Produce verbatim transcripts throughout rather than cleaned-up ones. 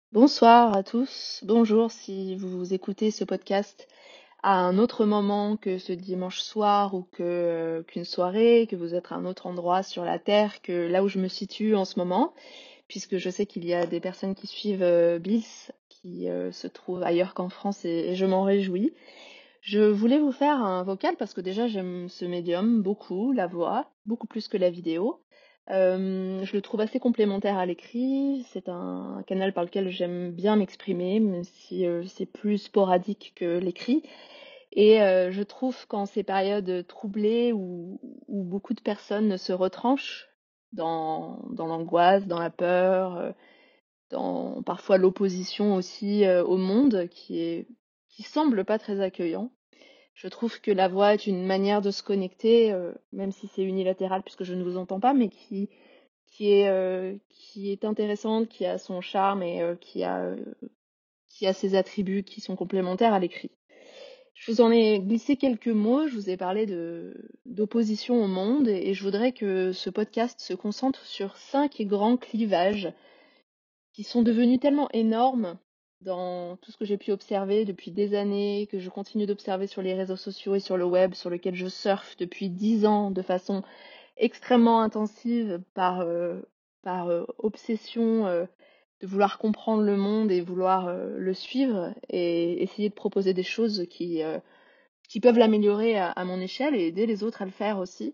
Bonsoir à tous, bonjour si vous écoutez ce podcast à un autre moment que ce dimanche soir ou que, euh, qu'une soirée, que vous êtes à un autre endroit sur la Terre que là où je me situe en ce moment, puisque je sais qu'il y a des personnes qui suivent euh, B I S qui euh, se trouvent ailleurs qu'en France et, et je m'en réjouis. Je voulais vous faire un vocal parce que déjà j'aime ce médium beaucoup, la voix, beaucoup plus que la vidéo. Euh, je le trouve assez complémentaire à l'écrit. C'est un canal par lequel j'aime bien m'exprimer, même si euh, c'est plus sporadique que l'écrit. Et euh, je trouve qu'en ces périodes troublées où, où beaucoup de personnes se retranchent dans, dans l'angoisse, dans la peur, euh, dans parfois l'opposition aussi euh, au monde qui est, qui semble pas très accueillant. Je trouve que la voix est une manière de se connecter, euh, même si c'est unilatéral puisque je ne vous entends pas, mais qui, qui est, euh, qui est intéressante, qui a son charme et euh, qui a, euh, qui a ses attributs qui sont complémentaires à l'écrit. Je vous en ai glissé quelques mots, je vous ai parlé de, d'opposition au monde et je voudrais que ce podcast se concentre sur cinq grands clivages qui sont devenus tellement énormes dans tout ce que j'ai pu observer depuis des années, que je continue d'observer sur les réseaux sociaux et sur le web, sur lequel je surfe depuis dix ans de façon extrêmement intensive par, euh, par euh, obsession euh, de vouloir comprendre le monde et vouloir euh, le suivre et essayer de proposer des choses qui, euh, qui peuvent l'améliorer à, à mon échelle et aider les autres à le faire aussi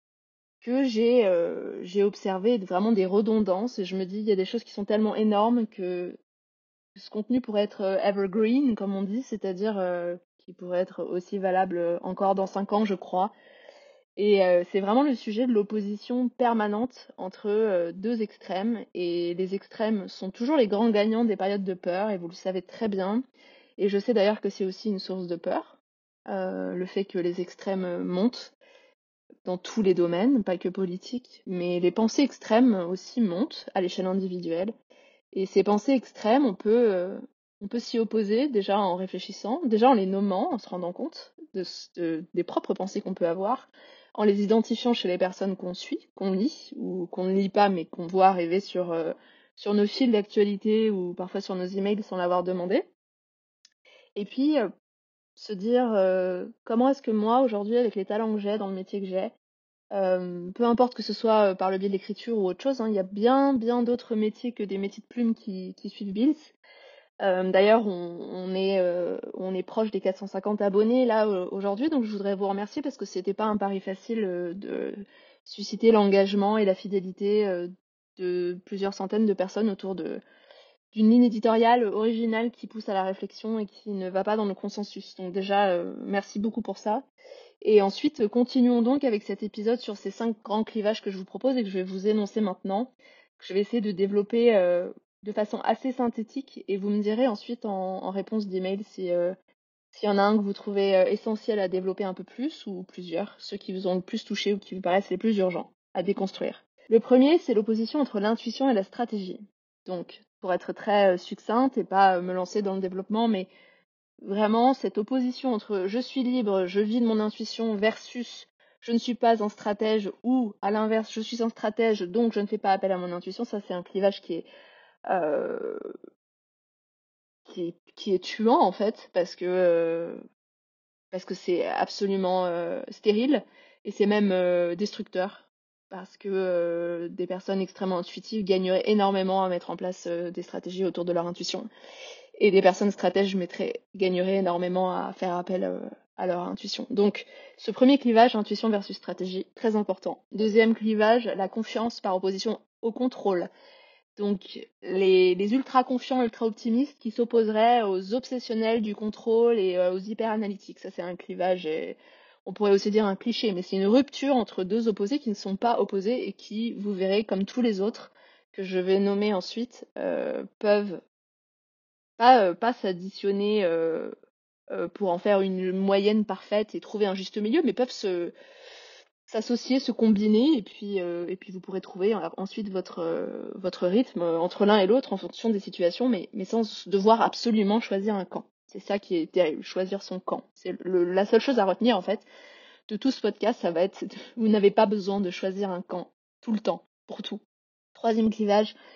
que j'ai euh, j'ai observé vraiment des redondances et je me dis il y a des choses qui sont tellement énormes que ce contenu pourrait être euh, evergreen comme on dit, c'est-à-dire euh, qui pourrait être aussi valable euh, encore dans cinq ans je crois. Et euh, c'est vraiment le sujet de l'opposition permanente entre euh, deux extrêmes et les extrêmes sont toujours les grands gagnants des périodes de peur et vous le savez très bien. Et je sais d'ailleurs que c'est aussi une source de peur, euh, le fait que les extrêmes montent dans tous les domaines, pas que politique, mais les pensées extrêmes aussi montent à l'échelle individuelle. Et ces pensées extrêmes, on peut, euh, on peut s'y opposer déjà en réfléchissant, déjà en les nommant, en se rendant compte de, de- des propres pensées qu'on peut avoir, en les identifiant chez les personnes qu'on suit, qu'on lit, ou qu'on ne lit pas, mais qu'on voit arriver sur, euh, sur nos fils d'actualité ou parfois sur nos emails sans l'avoir demandé. Et puis, euh, se dire euh, comment est-ce que moi, aujourd'hui, avec les talents que j'ai dans le métier que j'ai, euh, peu importe que ce soit euh, par le biais de l'écriture ou autre chose, hein, il y a bien, bien d'autres métiers que des métiers de plume qui, qui suivent Bills. Euh, d'ailleurs, on, on est, euh, on est proche des quatre cent cinquante abonnés là euh, aujourd'hui, donc je voudrais vous remercier parce que c'était pas un pari facile euh, de susciter l'engagement et la fidélité euh, de plusieurs centaines de personnes autour de d'une ligne éditoriale originale qui pousse à la réflexion et qui ne va pas dans le consensus. Donc déjà, euh, merci beaucoup pour ça. Et ensuite, euh, continuons donc avec cet épisode sur ces cinq grands clivages que je vous propose et que je vais vous énoncer maintenant, que je vais essayer de développer euh, de façon assez synthétique. Et vous me direz ensuite en, en réponse d'email si, euh, s'il y en a un que vous trouvez euh, essentiel à développer un peu plus ou plusieurs, ceux qui vous ont le plus touché ou qui vous paraissent les plus urgents à déconstruire. Le premier, c'est l'opposition entre l'intuition et la stratégie. Donc, pour être très euh, succincte et pas euh, me lancer dans le développement, mais vraiment cette opposition entre je suis libre, je vis de mon intuition versus je ne suis pas un stratège ou à l'inverse je suis un stratège donc je ne fais pas appel à mon intuition, ça c'est un clivage qui est, euh, qui est, qui est tuant en fait parce que euh, parce que c'est absolument euh, stérile et c'est même euh, destructeur parce que euh, des personnes extrêmement intuitives gagneraient énormément à mettre en place euh, des stratégies autour de leur intuition. Et des personnes stratèges mettraient, gagneraient énormément à faire appel euh, à leur intuition. Donc, ce premier clivage, intuition versus stratégie, très important. Deuxième clivage, la confiance par opposition au contrôle. Donc, les, les ultra confiants, ultra optimistes qui s'opposeraient aux obsessionnels du contrôle et euh, aux hyper analytiques. Ça, c'est un clivage, et on pourrait aussi dire un cliché, mais c'est une rupture entre deux opposés qui ne sont pas opposés et qui, vous verrez, comme tous les autres que je vais nommer ensuite, euh, peuvent pas, euh, pas s'additionner euh, euh, pour en faire une moyenne parfaite et trouver un juste milieu, mais peuvent se s'associer, se combiner, et puis, euh, et puis vous pourrez trouver euh, ensuite votre, euh, votre rythme euh, entre l'un et l'autre en fonction des situations, mais, mais sans devoir absolument choisir un camp. C'est ça qui est terrible, choisir son camp. C'est le- la seule chose à retenir en fait de tout ce podcast, ça va être vous n'avez pas besoin de choisir un camp tout le temps, pour tout. Troisième clivage,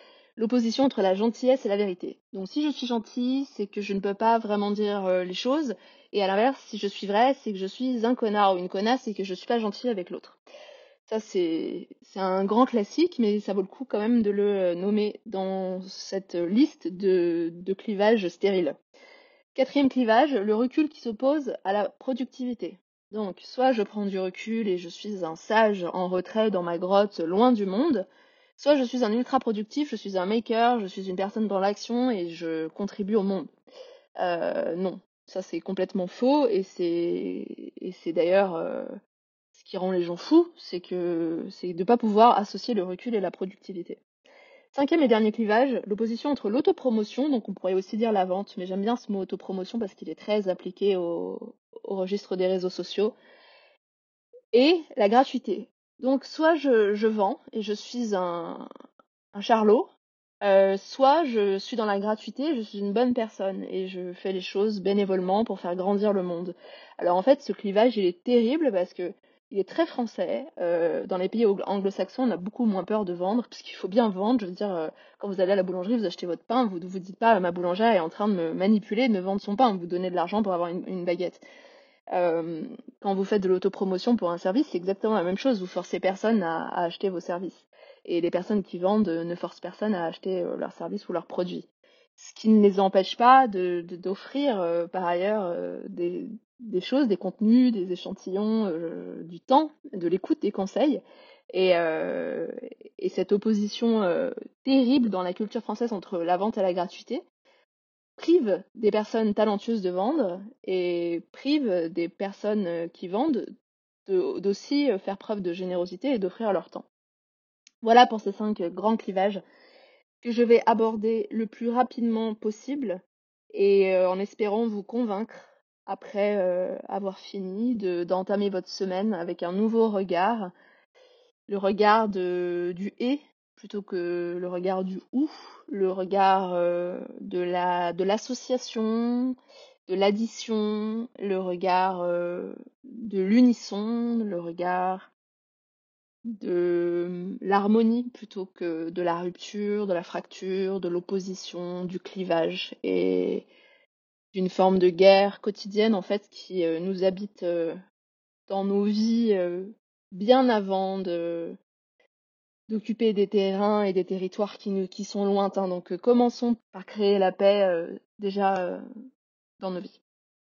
l'opposition entre la gentillesse et la vérité. Donc si je suis gentille, c'est que je ne peux pas vraiment dire euh, les choses, et à l'inverse, si je suis vraie, c'est que je suis un connard ou une connasse et que je suis pas gentille avec l'autre. Ça, c'est c'est un grand classique, mais ça vaut le coup quand même de le euh, nommer dans cette liste de, de clivages stériles. Quatrième clivage, le recul qui s'oppose à la productivité. Donc, soit je prends du recul et je suis un sage en retrait dans ma grotte, loin du monde, soit je suis un ultra productif, je suis un maker, je suis une personne dans l'action et je contribue au monde. Euh, non, ça c'est complètement faux et c'est et c'est d'ailleurs euh, ce qui rend les gens fous, c'est que c'est de ne pas pouvoir associer le recul et la productivité. Cinquième et dernier clivage, l'opposition entre l'autopromotion, donc on pourrait aussi dire la vente, mais j'aime bien ce mot autopromotion parce qu'il est très appliqué au, au registre des réseaux sociaux, et la gratuité. Donc soit je, je vends et je suis un, un charlot, euh, soit je suis dans la gratuité, je suis une bonne personne et je fais les choses bénévolement pour faire grandir le monde. Alors en fait, ce clivage, il est terrible parce que il est très français. Euh, dans les pays anglo-saxons, on a beaucoup moins peur de vendre, puisqu'il faut bien vendre. Je veux dire, euh, quand vous allez à la boulangerie, vous achetez votre pain, vous ne vous dites pas, ma boulangère est en train de me manipuler, de me vendre son pain. Vous donnez de l'argent pour avoir une, une baguette. Euh, quand vous faites de l'autopromotion pour un service, c'est exactement la même chose. Vous forcez personne à, à acheter vos services. Et les personnes qui vendent ne forcent personne à acheter euh, leurs services ou leurs produits. Ce qui ne les empêche pas de, de- d'offrir euh, par ailleurs euh, des, des choses, des contenus, des échantillons, euh, du temps, de l'écoute, des conseils. Et, euh, et cette opposition euh, terrible dans la culture française entre la vente et la gratuité prive des personnes talentueuses de vendre et prive des personnes euh, qui vendent de- d'aussi euh, faire preuve de générosité et d'offrir leur temps. Voilà pour ces cinq euh, grands clivages que je vais aborder le plus rapidement possible et euh, en espérant vous convaincre après euh, avoir fini de- d'entamer votre semaine avec un nouveau regard, le regard de, du et plutôt que le regard du ou, le regard euh, de la de l'association, de l'addition, le regard euh, de l'unisson, le regard de l'harmonie plutôt que de la rupture, de la fracture, de l'opposition, du clivage et d'une forme de guerre quotidienne en fait qui euh, nous habite euh, dans nos vies euh, bien avant de d'occuper des terrains et des territoires qui, nous, qui sont lointains. Donc euh, commençons par créer la paix euh, déjà euh, dans nos vies.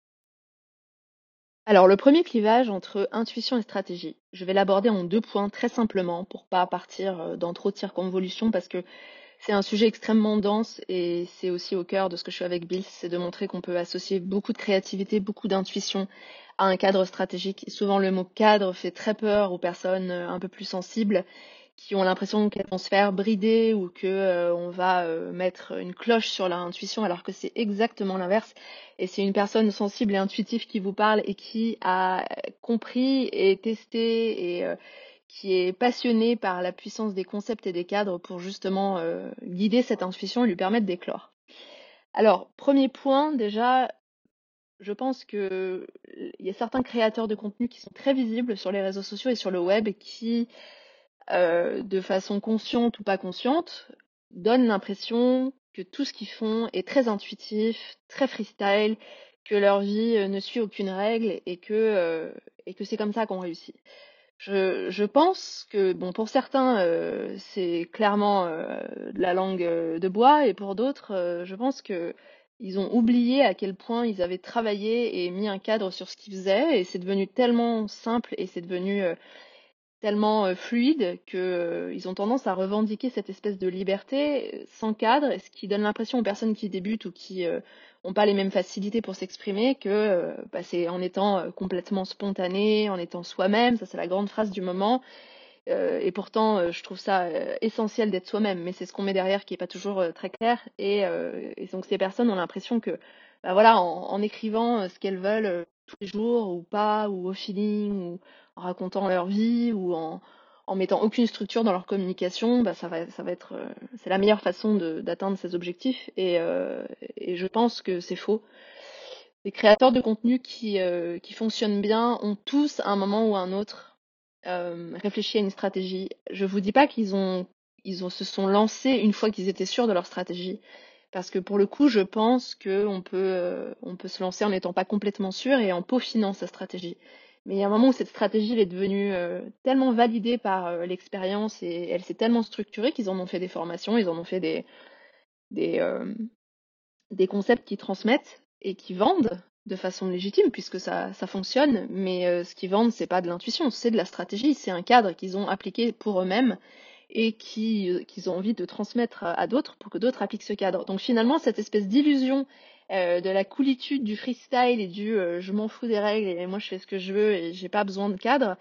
Alors le premier clivage entre intuition et stratégie, je vais l'aborder en deux points très simplement pour pas partir euh, dans trop de circonvolutions parce que c'est un sujet extrêmement dense et c'est aussi au cœur de ce que je fais avec Bill, c'est de montrer qu'on peut associer beaucoup de créativité, beaucoup d'intuition à un cadre stratégique. Et souvent le mot cadre fait très peur aux personnes euh, un peu plus sensibles qui ont l'impression qu'elles vont se faire brider ou que euh, on va euh, mettre une cloche sur leur intuition alors que c'est exactement l'inverse. Et c'est une personne sensible et intuitive qui vous parle et qui a compris et testé et euh, qui est passionnée par la puissance des concepts et des cadres pour justement euh, guider cette intuition et lui permettre d'éclore. Alors, premier point, déjà, je pense que il y a certains créateurs de contenu qui sont très visibles sur les réseaux sociaux et sur le web et qui euh, de façon consciente ou pas consciente, donnent l'impression que tout ce qu'ils font est très intuitif, très freestyle, que leur vie euh, ne suit aucune règle et que, euh, et que c'est comme ça qu'on réussit. Je, je pense que, bon, pour certains, euh, c'est clairement euh, de la langue euh, de bois, et pour d'autres, euh, je pense que ils ont oublié à quel point ils avaient travaillé et mis un cadre sur ce qu'ils faisaient, et c'est devenu tellement simple et c'est devenu euh, tellement euh, fluide que euh, ils ont tendance à revendiquer cette espèce de liberté euh, sans cadre, ce qui donne l'impression aux personnes qui débutent ou qui euh, ont pas les mêmes facilités pour s'exprimer que euh, bah, c'est en étant euh, complètement spontané, en étant soi-même, ça c'est la grande phrase du moment. Euh, et pourtant, euh, je trouve ça euh, essentiel d'être soi-même, mais c'est ce qu'on met derrière qui est pas toujours euh, très clair. Et, euh, et donc ces personnes ont l'impression que, bah voilà, en, en écrivant euh, ce qu'elles veulent euh, tous les jours ou pas, ou au feeling, ou en racontant leur vie, ou en, en mettant aucune structure dans leur communication, bah ça va, ça va être, euh, c'est la meilleure façon de- d'atteindre ces objectifs. Et, euh, et je pense que c'est faux. Les créateurs de contenu qui, euh, qui fonctionnent bien ont tous, à un moment ou à un autre, euh, réfléchi à une stratégie. Je vous dis pas qu'ils ont ils ont, se sont lancés une fois qu'ils étaient sûrs de leur stratégie. Parce que pour le coup, je pense qu'on peut, euh, on peut se lancer en n'étant pas complètement sûr et en peaufinant sa stratégie. Mais il y a un moment où cette stratégie elle est devenue euh, tellement validée par euh, l'expérience et elle s'est tellement structurée qu'ils en ont fait des formations, ils en ont fait des, des, euh, des concepts qui transmettent et qui vendent de façon légitime puisque ça, ça fonctionne. Mais euh, ce qu'ils vendent, c'est pas de l'intuition, c'est de la stratégie, c'est un cadre qu'ils ont appliqué pour eux-mêmes et qui, euh, qu'ils ont envie de transmettre à, à d'autres pour que d'autres appliquent ce cadre. Donc finalement, cette espèce d'illusion euh, de la coolitude, du freestyle et du euh, je m'en fous des règles et moi je fais ce que je veux et j'ai pas besoin de cadre,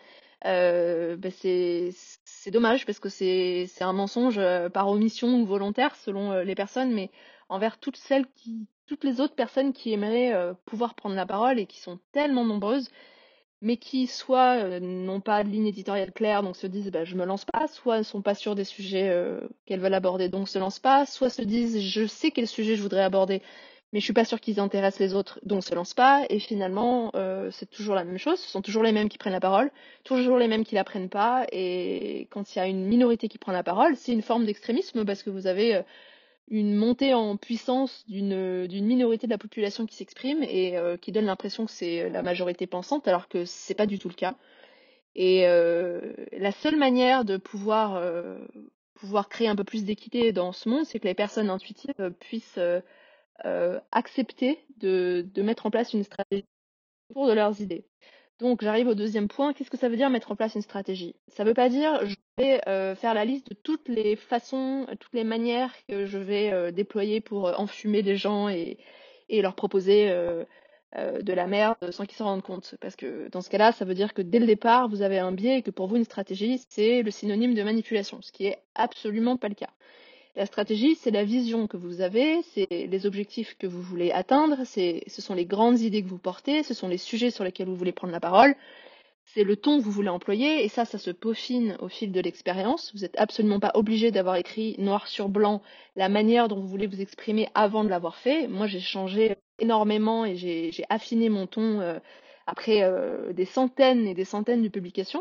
euh, ben c'est c'est dommage parce que c'est c'est un mensonge euh, par omission ou volontaire selon euh, les personnes, mais envers toutes celles qui toutes les autres personnes qui aimeraient euh, pouvoir prendre la parole et qui sont tellement nombreuses mais qui soit euh, n'ont pas de ligne éditoriale claire, donc se disent bah, je me lance pas, soit ne sont pas sûrs des sujets euh, qu'elles veulent aborder, donc se lancent pas, soit se disent je sais quel sujet je voudrais aborder, mais je suis pas sûre qu'ils intéressent les autres, donc se lancent pas, et finalement euh, c'est toujours la même chose, ce sont toujours les mêmes qui prennent la parole, toujours les mêmes qui la prennent pas, et quand il y a une minorité qui prend la parole, c'est une forme d'extrémisme parce que vous avez euh, une montée en puissance d'une d'une minorité de la population qui s'exprime et euh, qui donne l'impression que c'est la majorité pensante, alors que c'est pas du tout le cas. Et euh, la seule manière de pouvoir euh, pouvoir créer un peu plus d'équité dans ce monde, c'est que les personnes intuitives euh, puissent euh, euh, accepter de, de mettre en place une stratégie autour de leurs idées. Donc j'arrive au deuxième point. Qu'est-ce que ça veut dire mettre en place une stratégie? Ça veut pas dire je vais euh, faire la liste de toutes les façons, toutes les manières que je vais euh, déployer pour euh, enfumer des gens et, et leur proposer euh, euh, de la merde sans qu'ils s'en rendent compte. Parce que dans ce cas-là, ça veut dire que dès le départ, vous avez un biais et que pour vous, une stratégie, c'est le synonyme de manipulation, ce qui est absolument pas le cas. La stratégie, c'est la vision que vous avez, c'est les objectifs que vous voulez atteindre, c'est, ce sont les grandes idées que vous portez, ce sont les sujets sur lesquels vous voulez prendre la parole, c'est le ton que vous voulez employer, et ça, ça se peaufine au fil de l'expérience. Vous n'êtes absolument pas obligé d'avoir écrit noir sur blanc la manière dont vous voulez vous exprimer avant de l'avoir fait. Moi, j'ai changé énormément et j'ai, j'ai affiné mon ton euh, après euh, des centaines et des centaines de publications.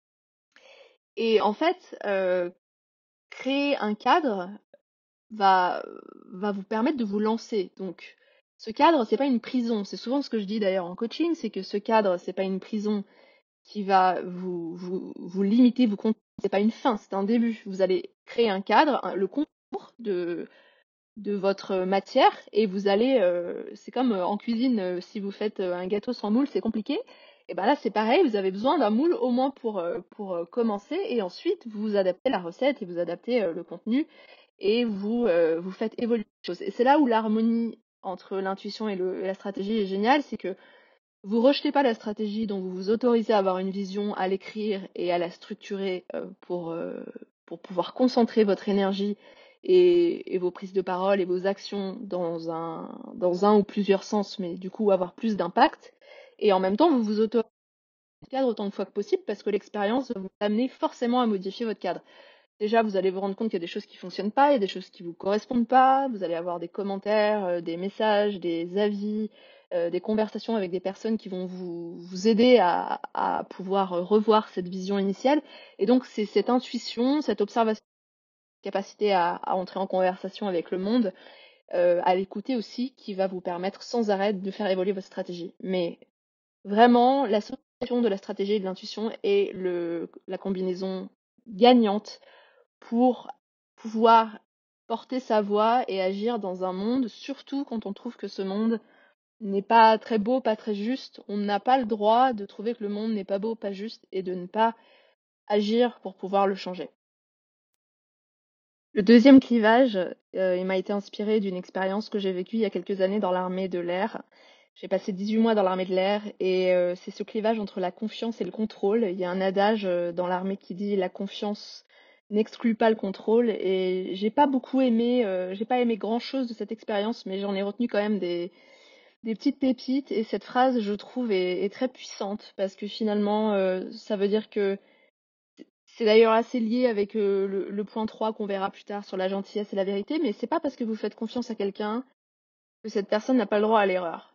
Et en fait, euh, créer un cadre va, va vous permettre de vous lancer. Donc, ce cadre, c'est pas une prison. C'est souvent ce que je dis d'ailleurs en coaching, c'est que ce cadre, c'est pas une prison qui va vous, vous, vous limiter, vous contraindre. C'est pas une fin, c'est un début. Vous allez créer un cadre, un- le contour de, de votre matière, et vous allez, euh, c'est comme euh, en cuisine, euh, si vous faites euh, un gâteau sans moule, c'est compliqué. Et ben là, c'est pareil, vous avez besoin d'un moule au moins pour, euh, pour euh, commencer, et ensuite vous adaptez la recette et vous adaptez euh, le contenu et vous, euh, vous faites évoluer les choses. Et c'est là où l'harmonie entre l'intuition et, le, et la stratégie est géniale, c'est que vous rejetez pas la stratégie, donc vous vous autorisez à avoir une vision, à l'écrire et à la structurer euh, pour, euh, pour pouvoir concentrer votre énergie et, et vos prises de parole et vos actions dans un, dans un ou plusieurs sens, mais du coup avoir plus d'impact. Et en même temps, vous vous autorisez le cadre autant de fois que possible parce que l'expérience va vous amener forcément à modifier votre cadre. Déjà, vous allez vous rendre compte qu'il y a des choses qui fonctionnent pas, il y a des choses qui vous correspondent pas, vous allez avoir des commentaires, euh, des messages, des avis, euh, des conversations avec des personnes qui vont vous, vous aider à, à pouvoir euh, revoir cette vision initiale. Et donc, c'est cette intuition, cette observation, capacité à, à entrer en conversation avec le monde, euh, à l'écouter aussi, qui va vous permettre sans arrêt de faire évoluer votre stratégie. Mais vraiment, l'association de la stratégie et de l'intuition est le, la combinaison gagnante pour pouvoir porter sa voix et agir dans un monde, surtout quand on trouve que ce monde n'est pas très beau, pas très juste. On n'a pas le droit de trouver que le monde n'est pas beau, pas juste et de ne pas agir pour pouvoir le changer. Le deuxième clivage, euh, il m'a été inspiré d'une expérience que j'ai vécue il y a quelques années dans l'armée de l'air. J'ai passé dix-huit mois dans l'armée de l'air et euh, c'est ce clivage entre la confiance et le contrôle. Il y a un adage euh, dans l'armée qui dit la confiance n'exclut pas le contrôle et j'ai pas beaucoup aimé, euh, j'ai pas aimé grand-chose de cette expérience, mais j'en ai retenu quand même des, des petites pépites et cette phrase, je trouve, est, est très puissante parce que finalement, euh, ça veut dire que c'est d'ailleurs assez lié avec euh, le, le point trois qu'on verra plus tard sur la gentillesse et la vérité, mais c'est pas parce que vous faites confiance à quelqu'un que cette personne n'a pas le droit à l'erreur.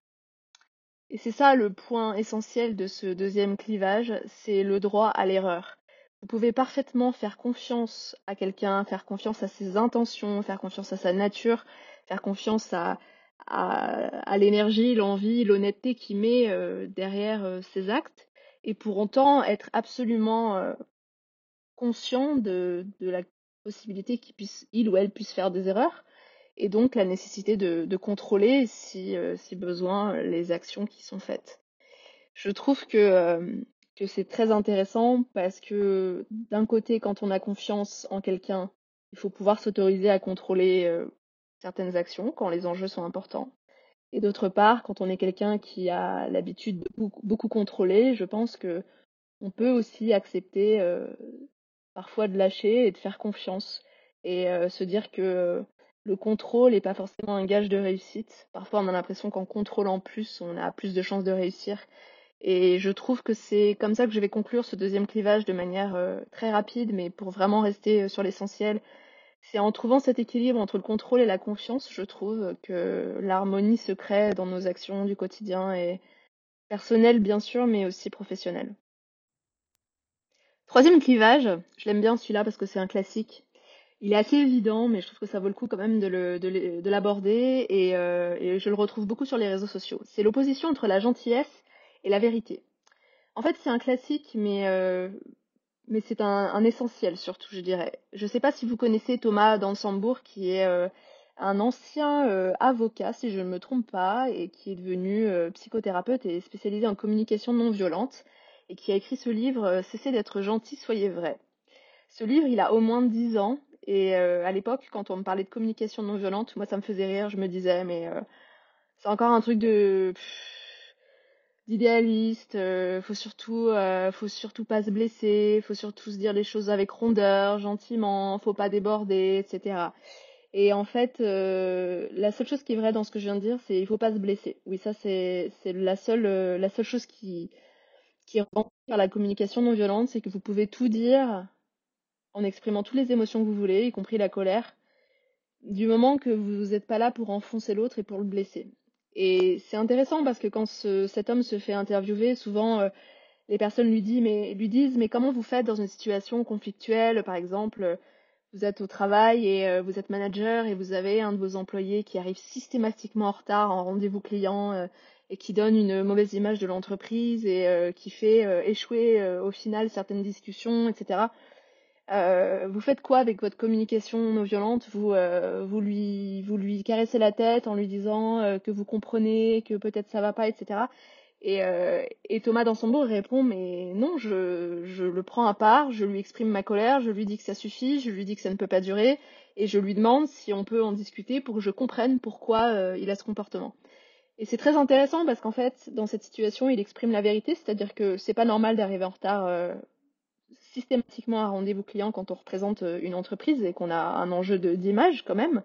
Et c'est ça le point essentiel de ce deuxième clivage, c'est le droit à l'erreur. vous pouvez parfaitement faire confiance à quelqu'un, faire confiance à ses intentions, faire confiance à sa nature, faire confiance à, à, à l'énergie, l'envie, l'honnêteté qu'il met euh, derrière euh, ses actes, et pour autant être absolument euh, conscient de, de la possibilité qu'il puisse, il ou elle puisse faire des erreurs, et donc la nécessité de, de contrôler, si, euh, si besoin, les actions qui sont faites. Je trouve que, euh, que c'est très intéressant parce que d'un côté, quand on a confiance en quelqu'un, il faut pouvoir s'autoriser à contrôler euh, certaines actions quand les enjeux sont importants. Et d'autre part, quand on est quelqu'un qui a l'habitude de beaucoup, beaucoup contrôler, je pense que on peut aussi accepter euh, parfois de lâcher et de faire confiance et euh, se dire que euh, le contrôle n'est pas forcément un gage de réussite. Parfois, on a l'impression qu'en contrôlant plus, on a plus de chances de réussir. Et je trouve que c'est comme ça que je vais conclure ce deuxième clivage de manière euh, très rapide, mais pour vraiment rester euh, sur l'essentiel. C'est en trouvant cet équilibre entre le contrôle et la confiance, je trouve, que l'harmonie se crée dans nos actions du quotidien, et personnelles bien sûr, mais aussi professionnelles. Troisième clivage, je l'aime bien celui-là parce que c'est un classique. Il est assez évident, mais je trouve que ça vaut le coup quand même de le- de l'e- de l'aborder, et, euh, et je le retrouve beaucoup sur les réseaux sociaux. C'est l'opposition entre la gentillesse et la vérité. En fait, c'est un classique, mais, euh, mais c'est un, un essentiel surtout, je dirais. Je ne sais pas si vous connaissez Thomas Dansembourg, qui est euh, un ancien euh, avocat, si je ne me trompe pas, et qui est devenu euh, psychothérapeute et spécialisé en communication non violente, et qui a écrit ce livre euh, Cessez d'être gentil, soyez vrai. Ce livre, il a au moins dix ans, et euh, à l'époque, quand on me parlait de communication non violente, moi ça me faisait rire, je me disais, mais euh, c'est encore un truc de d'idéaliste, euh, faut surtout euh, faut surtout pas se blesser, faut surtout se dire les choses avec rondeur, gentiment, faut pas déborder, et cetera. Et en fait, euh, la seule chose qui est vraie dans ce que je viens de dire, c'est il faut pas se blesser. Oui, ça c'est c'est la seule euh, la seule chose qui qui rend par la communication non violente, c'est que vous pouvez tout dire en exprimant toutes les émotions que vous voulez, y compris la colère, du moment que vous n'êtes pas là pour enfoncer l'autre et pour le blesser. Et c'est intéressant parce que quand ce- cet homme se fait interviewer, souvent euh, les personnes lui, dit, mais, lui disent mais comment vous faites dans une situation conflictuelle, par exemple, euh, vous êtes au travail et euh, vous êtes manager et vous avez un de vos employés qui arrive systématiquement en retard en rendez-vous client euh, et qui donne une mauvaise image de l'entreprise et euh, qui fait euh, échouer euh, au final certaines discussions, et cetera. Euh, vous faites quoi avec votre communication non violente? Vous, euh, vous lui, vous lui caressez la tête en lui disant euh, que vous comprenez, que peut-être ça va pas, et cetera. Et, euh, et Thomas Dansembourg répond, mais non, je, je le prends à part, je lui exprime ma colère, je lui dis que ça suffit, je lui dis que ça ne peut pas durer, et je lui demande si on peut en discuter pour que je comprenne pourquoi euh, il a ce comportement. Et c'est très intéressant parce qu'en fait, dans cette situation, il exprime la vérité, c'est-à-dire que c'est pas normal d'arriver en retard euh, systématiquement à rendez-vous client quand on représente euh, une entreprise et qu'on a un enjeu de- d'image quand même.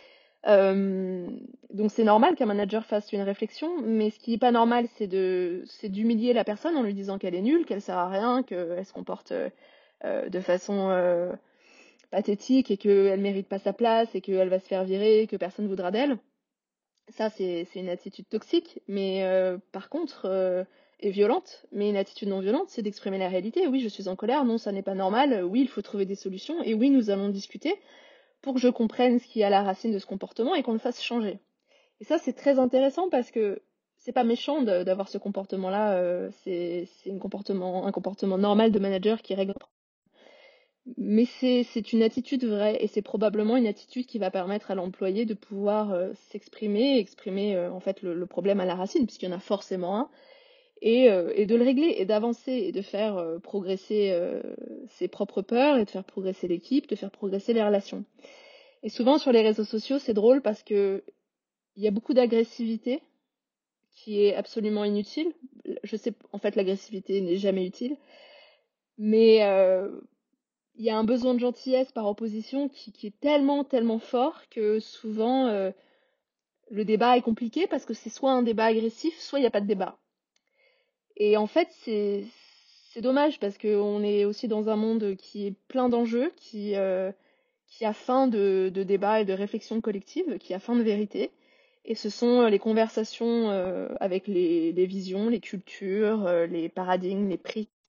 Euh, donc c'est normal qu'un manager fasse une réflexion, mais ce qui n'est pas normal, c'est de, c'est d'humilier la personne en lui disant qu'elle est nulle, qu'elle sert à rien, qu'elle se comporte euh, euh, de façon euh, pathétique et qu'elle mérite pas sa place et qu'elle va se faire virer, que personne voudra d'elle. Ça, c'est c'est une attitude toxique, mais euh, par contre, euh, et violente. Mais une attitude non violente, c'est d'exprimer la réalité. Oui, je suis en colère, non, ça n'est pas normal. Oui, il faut trouver des solutions. Et oui, nous allons discuter pour que je comprenne ce qui est à la racine de ce comportement et qu'on le fasse changer. Et ça, c'est très intéressant parce que c'est pas méchant de- d'avoir ce comportement-là. euh, c'est c'est un comportement, un comportement normal de manager qui règle. Mais c'est c'est une attitude vraie et c'est probablement une attitude qui va permettre à l'employé de pouvoir euh, s'exprimer, exprimer euh, en fait le, le problème à la racine, puisqu'il y en a forcément un, et, euh, et de le régler et d'avancer et de faire euh, progresser euh, ses propres peurs et de faire progresser l'équipe, de faire progresser les relations. Et souvent sur les réseaux sociaux, c'est drôle parce que il y a beaucoup d'agressivité qui est absolument inutile. Je sais, en fait, l'agressivité n'est jamais utile, mais euh, il y a un besoin de gentillesse par opposition qui, qui est tellement, tellement fort que souvent euh, le débat est compliqué parce que c'est soit un débat agressif, soit il n'y a pas de débat. Et en fait, c'est c'est dommage parce qu'on est aussi dans un monde qui est plein d'enjeux, qui, euh, qui a faim de, de débat et de réflexion collective, qui a faim de vérité. Et ce sont les conversations euh, avec les, les visions, les cultures, euh, les paradigmes, les prix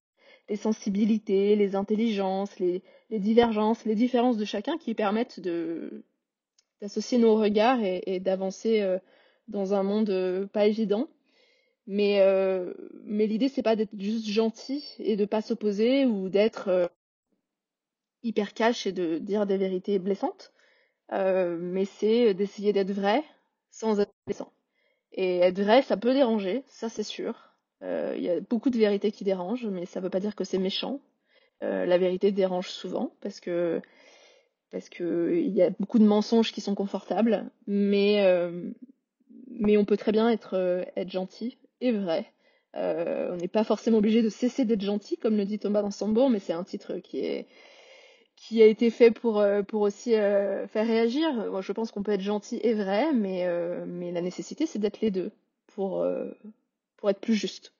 les sensibilités, les intelligences, les, les divergences, les différences de chacun qui permettent de d'associer nos regards et, et d'avancer euh, dans un monde euh, pas évident. Mais, euh, mais l'idée, c'est pas d'être juste gentil et de pas s'opposer ou d'être euh, hyper cash et de dire des vérités blessantes. Euh, mais c'est d'essayer d'être vrai sans être blessant. Et être vrai, ça peut déranger, ça c'est sûr. Euh, Il y a beaucoup de vérités qui dérangent, mais ça veut pas dire que c'est méchant. Euh, la vérité dérange souvent parce que parce que il y a beaucoup de mensonges qui sont confortables, mais euh, mais on peut très bien être euh, être gentil et vrai. Euh, on n'est pas forcément obligé de cesser d'être gentil, comme le dit Thomas dans Sambour, mais c'est un titre qui est qui a été fait pour euh, pour aussi euh, faire réagir. Moi, je pense qu'on peut être gentil et vrai, mais euh, mais la nécessité c'est d'être les deux pour euh, pour être plus juste.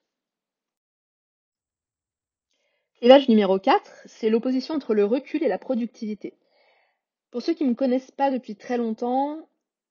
Clivage numéro quatre, c'est l'opposition entre le recul et la productivité. Pour ceux qui ne me connaissent pas depuis très longtemps,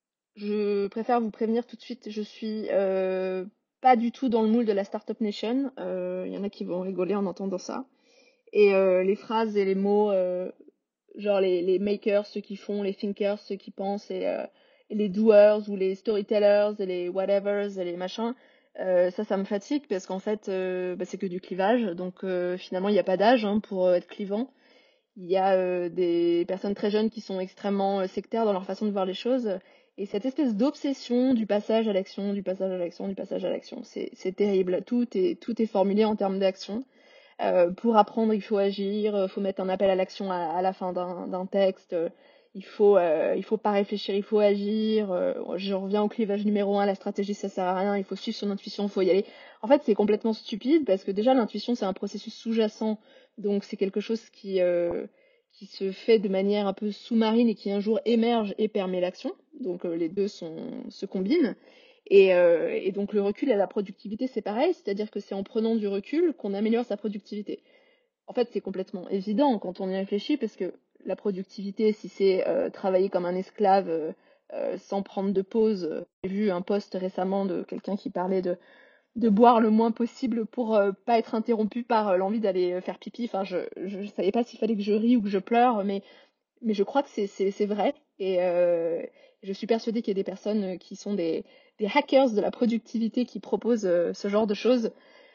je préfère vous prévenir tout de suite, je suis euh, pas du tout dans le moule de la Startup Nation. Euh, Il y en a qui vont rigoler en entendant ça. Et euh, les phrases et les mots, euh, genre les, les makers, ceux qui font, les thinkers, ceux qui pensent, et, euh, et les doers ou les storytellers et les whatevers et les machins, euh, ça, ça me fatigue parce qu'en fait, euh, bah, c'est que du clivage. Donc euh, finalement, il n'y a pas d'âge hein, pour euh, être clivant. Il y a euh, des personnes très jeunes qui sont extrêmement euh, sectaires dans leur façon de voir les choses. Et cette espèce d'obsession du passage à l'action, du passage à l'action, du passage à l'action, c'est c'est terrible. Tout est, tout est formulé en termes d'action. Euh, pour apprendre, il faut agir, il faut mettre un appel à l'action à, à la fin d'un d'un texte. euh, Il faut, euh, il faut pas réfléchir, il faut agir. euh, je reviens au clivage numéro un, la stratégie ça sert à rien, il faut suivre son intuition, il faut y aller. En fait, c'est complètement stupide parce que déjà l'intuition c'est un processus sous-jacent, donc c'est quelque chose qui, euh, qui se fait de manière un peu sous-marine et qui un jour émerge et permet l'action. Donc euh, les deux sont, se combinent. Et, euh, et donc le recul et la productivité, c'est pareil, c'est-à-dire que c'est en prenant du recul qu'on améliore sa productivité. En fait, c'est complètement évident quand on y réfléchit, parce que la productivité, si c'est euh, travailler comme un esclave euh, euh, sans prendre de pause, euh, j'ai vu un post récemment de quelqu'un qui parlait de, de boire le moins possible pour euh, pas être interrompu par euh, l'envie d'aller euh, faire pipi. Enfin, je, je, je savais pas s'il fallait que je rie ou que je pleure, mais mais je crois que c'est c'est- c'est vrai. Et euh, je suis persuadée qu'il y a des personnes euh, qui sont des, des hackers de la productivité qui proposent euh, ce genre de choses.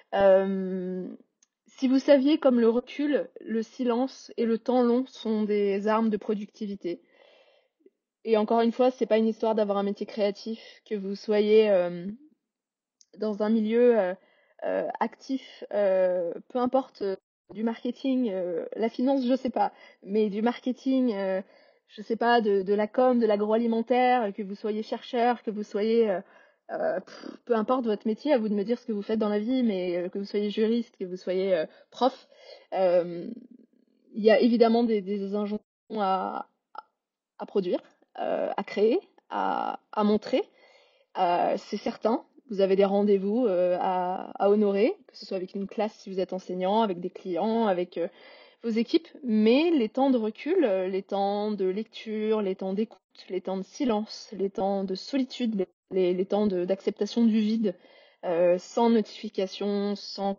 Euh, Si vous saviez comme le recul, le silence et le temps long sont des armes de productivité. Et encore une fois, c'est pas une histoire d'avoir un métier créatif, que vous soyez euh, dans un milieu euh, euh, actif, euh, peu importe euh, du marketing, euh, la finance, je sais pas, mais du marketing, euh, je sais pas, de, de la com, de l'agroalimentaire, que vous soyez chercheur, que vous soyez, euh, euh, pff, peu importe votre métier, à vous de me dire ce que vous faites dans la vie, mais euh, que vous soyez juriste, que vous soyez euh, prof, euh, il y a évidemment des, des injonctions à, à produire, euh, à créer, à, à montrer. Euh, c'est certain, vous avez des rendez-vous euh, à, à honorer, que ce soit avec une classe si vous êtes enseignant, avec des clients, avec euh, vos équipes, mais les temps de recul, euh, les temps de lecture, les temps d'écoute, les temps de silence, les temps de solitude, les, les- les temps de- d'acceptation du vide, euh, sans notification, sans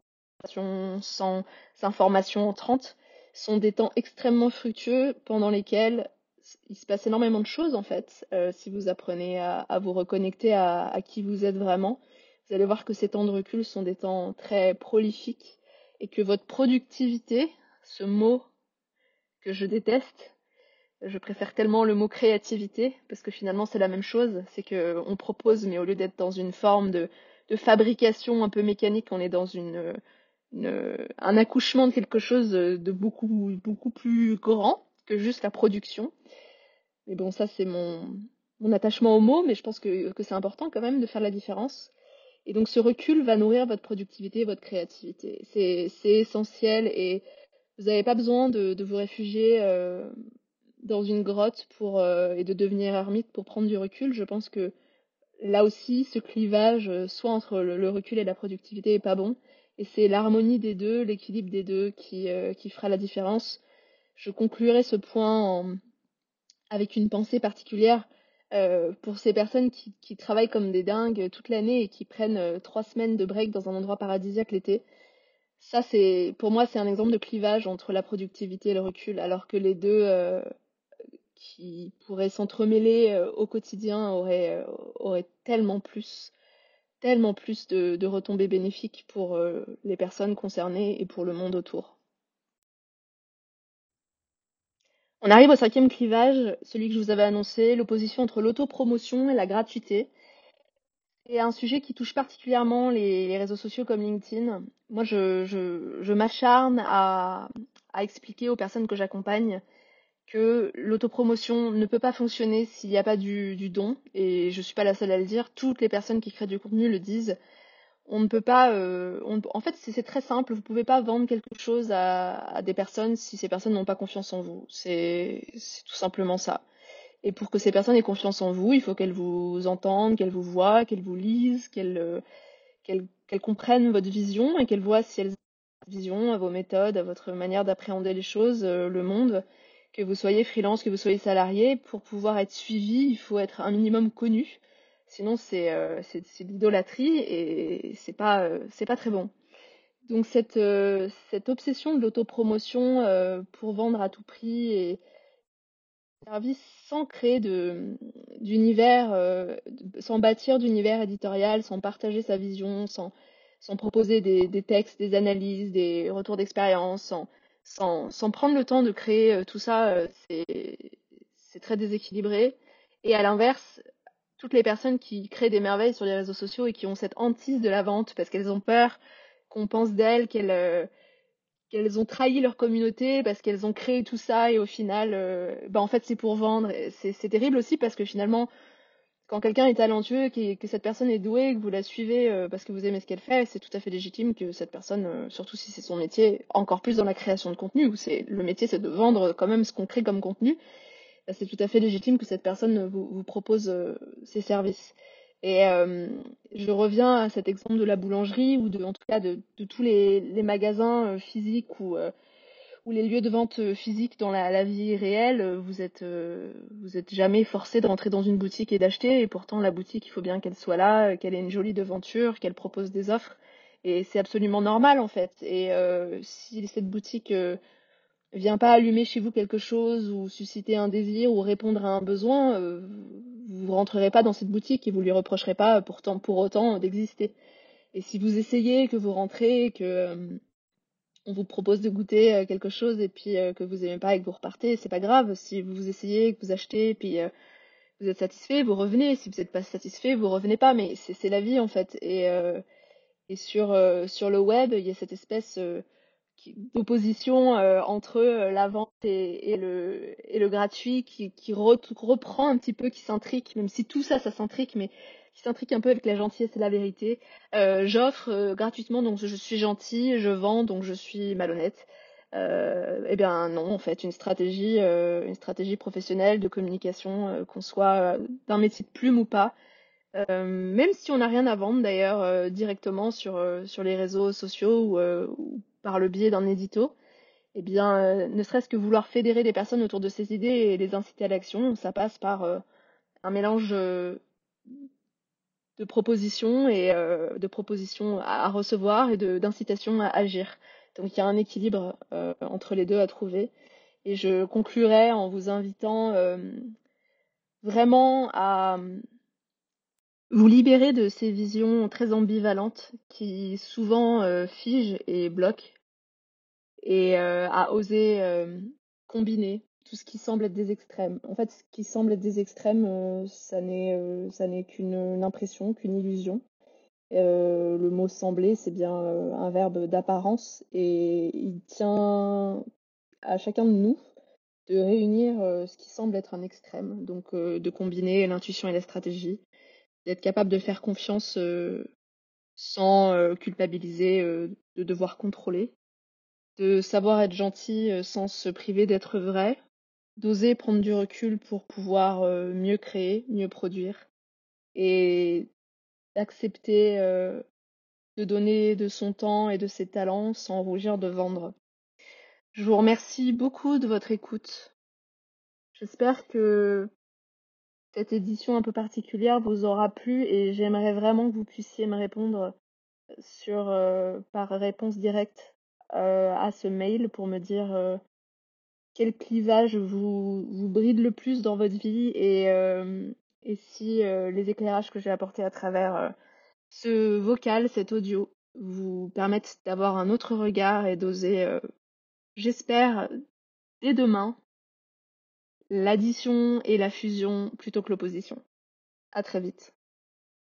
sans information entrante, sont des temps extrêmement fructueux pendant lesquels il se passe énormément de choses en fait. Euh, si vous apprenez à, à vous reconnecter à, à qui vous êtes vraiment, vous allez voir que ces temps de recul sont des temps très prolifiques et que votre productivité, ce mot que je déteste, je préfère tellement le mot créativité parce que finalement c'est la même chose, c'est que on propose mais au lieu d'être dans une forme de, de fabrication un peu mécanique, on est dans une, une- un accouchement de quelque chose de beaucoup beaucoup plus grand que juste la production. Mais bon, ça, c'est mon, mon attachement au mot, mais je pense que, que c'est important quand même de faire la différence. Et donc, ce recul va nourrir votre productivité et votre créativité. C'est, c'est essentiel et vous n'avez pas besoin de, de vous réfugier euh, dans une grotte pour, euh, et de devenir ermite pour prendre du recul. Je pense que là aussi, ce clivage, euh, soit entre le, le recul et la productivité, est pas bon. Et c'est l'harmonie des deux, l'équilibre des deux qui, euh, qui fera la différence. Je conclurai ce point en avec une pensée particulière euh, pour ces personnes qui, qui travaillent comme des dingues toute l'année et qui prennent euh, trois semaines de break dans un endroit paradisiaque l'été. Ça, c'est, pour moi, c'est un exemple de clivage entre la productivité et le recul, alors que les deux, euh, qui pourraient s'entremêler euh, au quotidien auraient, euh, auraient tellement plus, tellement plus de, de retombées bénéfiques pour euh, les personnes concernées et pour le monde autour. On arrive au cinquième clivage, celui que je vous avais annoncé, l'opposition entre l'autopromotion et la gratuité. C'est un sujet qui touche particulièrement les, les réseaux sociaux comme LinkedIn. Moi, je, je, je m'acharne à, à expliquer aux personnes que j'accompagne que l'autopromotion ne peut pas fonctionner s'il n'y a pas du, du don. Et je suis pas la seule à le dire. Toutes les personnes qui créent du contenu le disent. On ne peut pas. Euh, on- en fait, c'est c'est très simple. Vous pouvez pas vendre quelque chose à, à des personnes si ces personnes n'ont pas confiance en vous. C'est c'est tout simplement ça. Et pour que ces personnes aient confiance en vous, il faut qu'elles vous entendent, qu'elles vous voient, qu'elles vous lisent, qu'elles euh, qu'elles qu'elles comprennent votre vision et qu'elles voient si elles ont votre vision, à vos méthodes, à votre manière d'appréhender les choses, euh, le monde. Que vous soyez freelance, que vous soyez salarié, pour pouvoir être suivi, il faut être un minimum connu. Sinon, c'est euh, c'est c'est de l'idolâtrie et c'est pas euh, c'est pas très bon. Donc cette euh, cette obsession de l'autopromotion euh, pour vendre à tout prix et service sans créer de d'univers, euh, sans bâtir d'univers éditorial, sans partager sa vision, sans, sans proposer des, des textes, des analyses, des retours d'expérience, sans, sans, sans prendre le temps de créer euh, tout ça, euh, c'est, c'est très déséquilibré. Et à l'inverse, toutes les personnes qui créent des merveilles sur les réseaux sociaux et qui ont cette hantise de la vente parce qu'elles ont peur qu'on pense d'elles, qu'elles euh, qu'elles ont trahi leur communauté parce qu'elles ont créé tout ça et au final, euh, bah en fait c'est pour vendre. C'est c'est terrible aussi parce que finalement, quand quelqu'un est talentueux, qu que cette personne est douée, que vous la suivez euh, parce que vous aimez ce qu'elle fait, c'est tout à fait légitime que cette personne, euh, surtout si c'est son métier, encore plus dans la création de contenu, où c'est le métier c'est de vendre quand même ce qu'on crée comme contenu, bah, c'est tout à fait légitime que cette personne vous, vous propose euh, ses services. Et euh, je reviens à cet exemple de la boulangerie ou de, en tout cas de, de tous les, les magasins euh, physiques ou euh, ou les lieux de vente euh, physiques dans la, la vie réelle, euh, vous êtes, euh, vous êtes jamais forcé de rentrer dans une boutique et d'acheter. Et pourtant, la boutique, il faut bien qu'elle soit là, euh, qu'elle ait une jolie devanture, qu'elle propose des offres. Et c'est absolument normal en fait. Et euh, si cette boutique euh, vient pas allumer chez vous quelque chose ou susciter un désir ou répondre à un besoin, euh, vous rentrerez pas dans cette boutique et vous lui reprocherez pas pourtant pour autant d'exister. Et si vous essayez, que vous rentrez, que euh, on vous propose de goûter euh, quelque chose et puis euh, que vous aimez pas et que vous repartez, c'est pas grave. Si vous essayez, que vous achetez, puis euh, vous êtes satisfait, vous revenez. Si vous n'êtes pas satisfait, vous revenez pas. Mais c'est c'est la vie en fait. Et, euh, et sur, euh, sur le web, il y a cette espèce euh, qui- d'opposition euh, entre euh, la vente et, et le, et le gratuit qui, qui re- reprend un petit peu, qui s'intrique, même si tout ça, ça s'intrique, mais qui s'intrique un peu avec la gentillesse et la vérité. Euh, j'offre euh, gratuitement, donc je suis gentil, je vends, donc je suis malhonnête. Euh, eh bien non, en fait, une stratégie, euh, une stratégie professionnelle de communication, euh, qu'on soit euh, d'un métier de plume ou pas, euh, même si on n'a rien à vendre d'ailleurs euh, directement sur, euh, sur les réseaux sociaux ou, euh, ou par le biais d'un édito, eh bien, euh, ne serait-ce que vouloir fédérer des personnes autour de ces idées et les inciter à l'action, ça passe par euh, un mélange euh, de propositions et euh, de propositions à, à recevoir et de d'incitations à agir. Donc il y a un équilibre euh, entre les deux à trouver. Et je conclurai en vous invitant euh, vraiment à vous libérer de ces visions très ambivalentes qui souvent euh, figent et bloquent et euh, à oser euh, combiner tout ce qui semble être des extrêmes. En fait, ce qui semble être des extrêmes, euh, ça n'est euh, ça n'est qu'une une impression, qu'une illusion. Euh, le mot sembler, c'est bien euh, un verbe d'apparence et il tient à chacun de nous de réunir euh, ce qui semble être un extrême, donc euh, de combiner l'intuition et la stratégie, d'être capable de faire confiance euh, sans euh, culpabiliser euh, de devoir contrôler, de savoir être gentil euh, sans se priver d'être vrai, d'oser prendre du recul pour pouvoir euh, mieux créer, mieux produire, et d'accepter euh, de donner de son temps et de ses talents sans rougir de vendre. Je vous remercie beaucoup de votre écoute. J'espère que cette édition un peu particulière vous aura plu et j'aimerais vraiment que vous puissiez me répondre sur, euh, par réponse directe euh, à ce mail pour me dire euh, quel clivage vous, vous bride le plus dans votre vie et, euh, et si euh, les éclairages que j'ai apportés à travers euh, ce vocal, cet audio, vous permettent d'avoir un autre regard et d'oser, euh, j'espère, dès demain, l'addition et la fusion plutôt que l'opposition. À très vite.